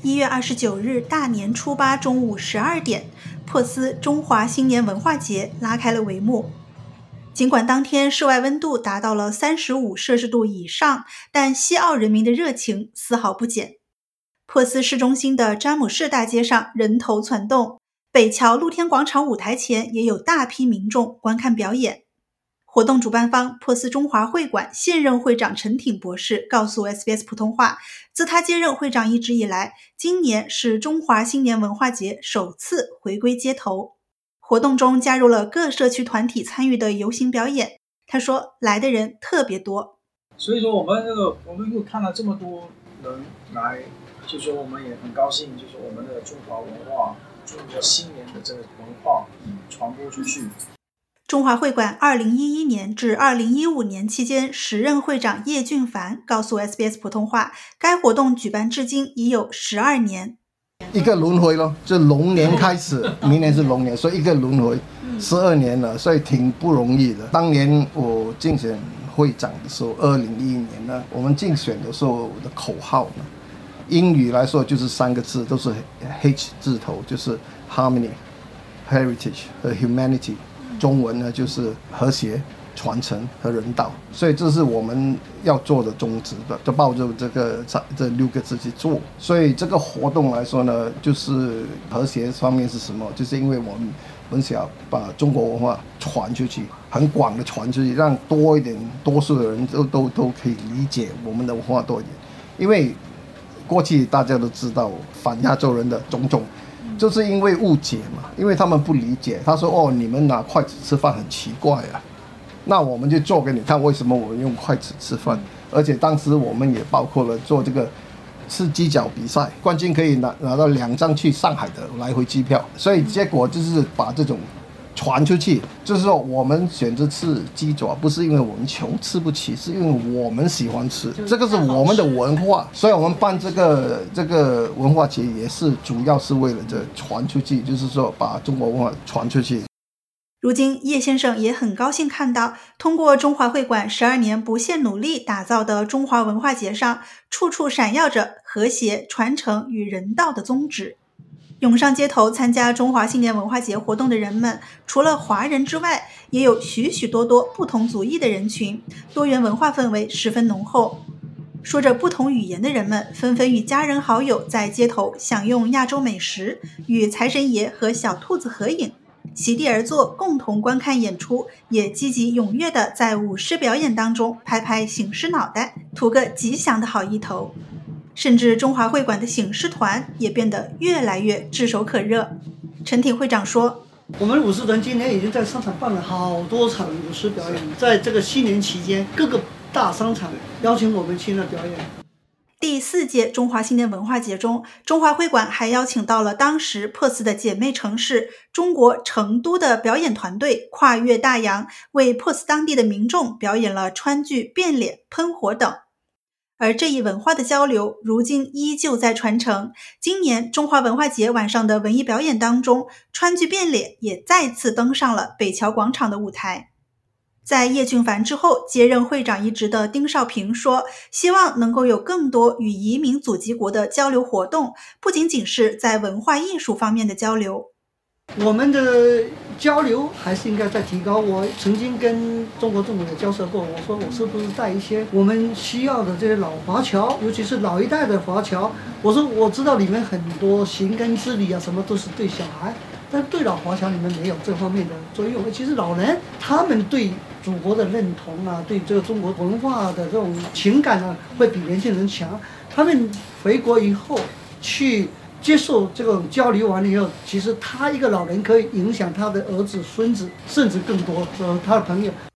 1月29日大年初8中午12点，珀斯中华新年文化节拉开了帷幕。尽管当天室外温度达到了35摄氏度以上，但西澳人民的热情丝毫不减。珀斯市中心的詹姆士大街上人头攒动，北桥露天广场舞台前也有大批民众观看表演。活动主办方珀斯中华会馆现任会长陈挺博士告诉 SBS 普通话，自他接任会长一职以来，今年是中华新年文化节首次回归街头。活动中加入了各社区团体参与的游行表演，他说来的人特别多。 所以说我们又看了这么多人来，就是说我们也很高兴，就是我们的中华文化，中国新年的这个文化传播出去。 中华会馆2011年至2015年期间，时任会长叶俊凡告诉 SBS 普通话，该活动举办至今已有12年。 一个轮回咯，就龙年开始，明年是龙年，所以一个轮回12年了，所以挺不容易的。当年我竞选会长的时候，2011年呢，我们竞选的时候的口号呢，英语来说就是3个字，都是 H 字头，就是 Harmony、Heritage 和 Humanity。中文呢就是和谐、传承和人道，所以这是我们要做的宗旨的，就抱着这6个字去做。所以这个活动来说呢，就是和谐方面是什么？就是因为我们想把中国文化传出去，很广的传出去，让多一点多数的人都可以理解我们的文化多一点。因为过去大家都知道反亚洲人的种种。就是因为误解嘛，因为他们不理解，他说哦，你们拿筷子吃饭很奇怪啊，那我们就做给你看为什么我们用筷子吃饭。而且当时我们也包括了做这个吃鸡脚比赛，冠军可以拿到2张去上海的来回机票，所以结果就是把这种传出去，就是说我们选择吃鸡爪不是因为我们穷吃不起，是因为我们喜欢吃，这个是我们的文化，所以我们办这个文化节也是主要是为了这传出去，就是说把中国文化传出去。 如今叶先生也很高兴看到，通过中华会馆12年不懈努力打造的中华文化节上，处处闪耀着和谐、传承与人道的宗旨。涌上街头参加中华新年文化节活动的人们，除了华人之外，也有许许多多不同族裔的人群，多元文化氛围十分浓厚。说着不同语言的人们纷纷与家人好友在街头享用亚洲美食，与财神爷和小兔子合影，席地而坐共同观看演出，也积极踊跃地在舞狮表演当中拍拍醒狮脑袋，图个吉祥的好意头。甚至中华会馆的醒狮团也变得越来越炙手可热。陈挺会长说， 我们舞狮团今年已经在商场办了好多场舞狮表演，在这个新年期间，各个大商场邀请我们去那表演。 第4届中华新年文化节中，中华会馆还邀请到了当时珀斯的姐妹城市中国成都的表演团队跨越大洋，为珀斯当地的民众表演了川剧、变脸、喷火等。而这一文化的交流如今依旧在传承。今年中华文化节晚上的文艺表演当中，川剧变脸也再次登上了北桥广场的舞台。在叶俊凡之后接任会长一职的丁少平说，希望能够有更多与移民祖籍国的交流活动，不仅仅是在文化艺术方面的交流。 我们的交流还是应该再提高。我曾经跟中国政府也交涉过，我说我是不是带一些我们需要的这些老华侨，尤其是老一代的华侨，我说我知道你们很多行根之礼啊什么都是对小孩，但对老华侨你们没有这方面的作用。其实老人他们对祖国的认同啊，对这个中国文化的这种情感啊，会比年轻人强。他们回国以后去接受这种交流完了以后，其实他一个老人可以影响他的儿子、孙子，甚至更多他的朋友。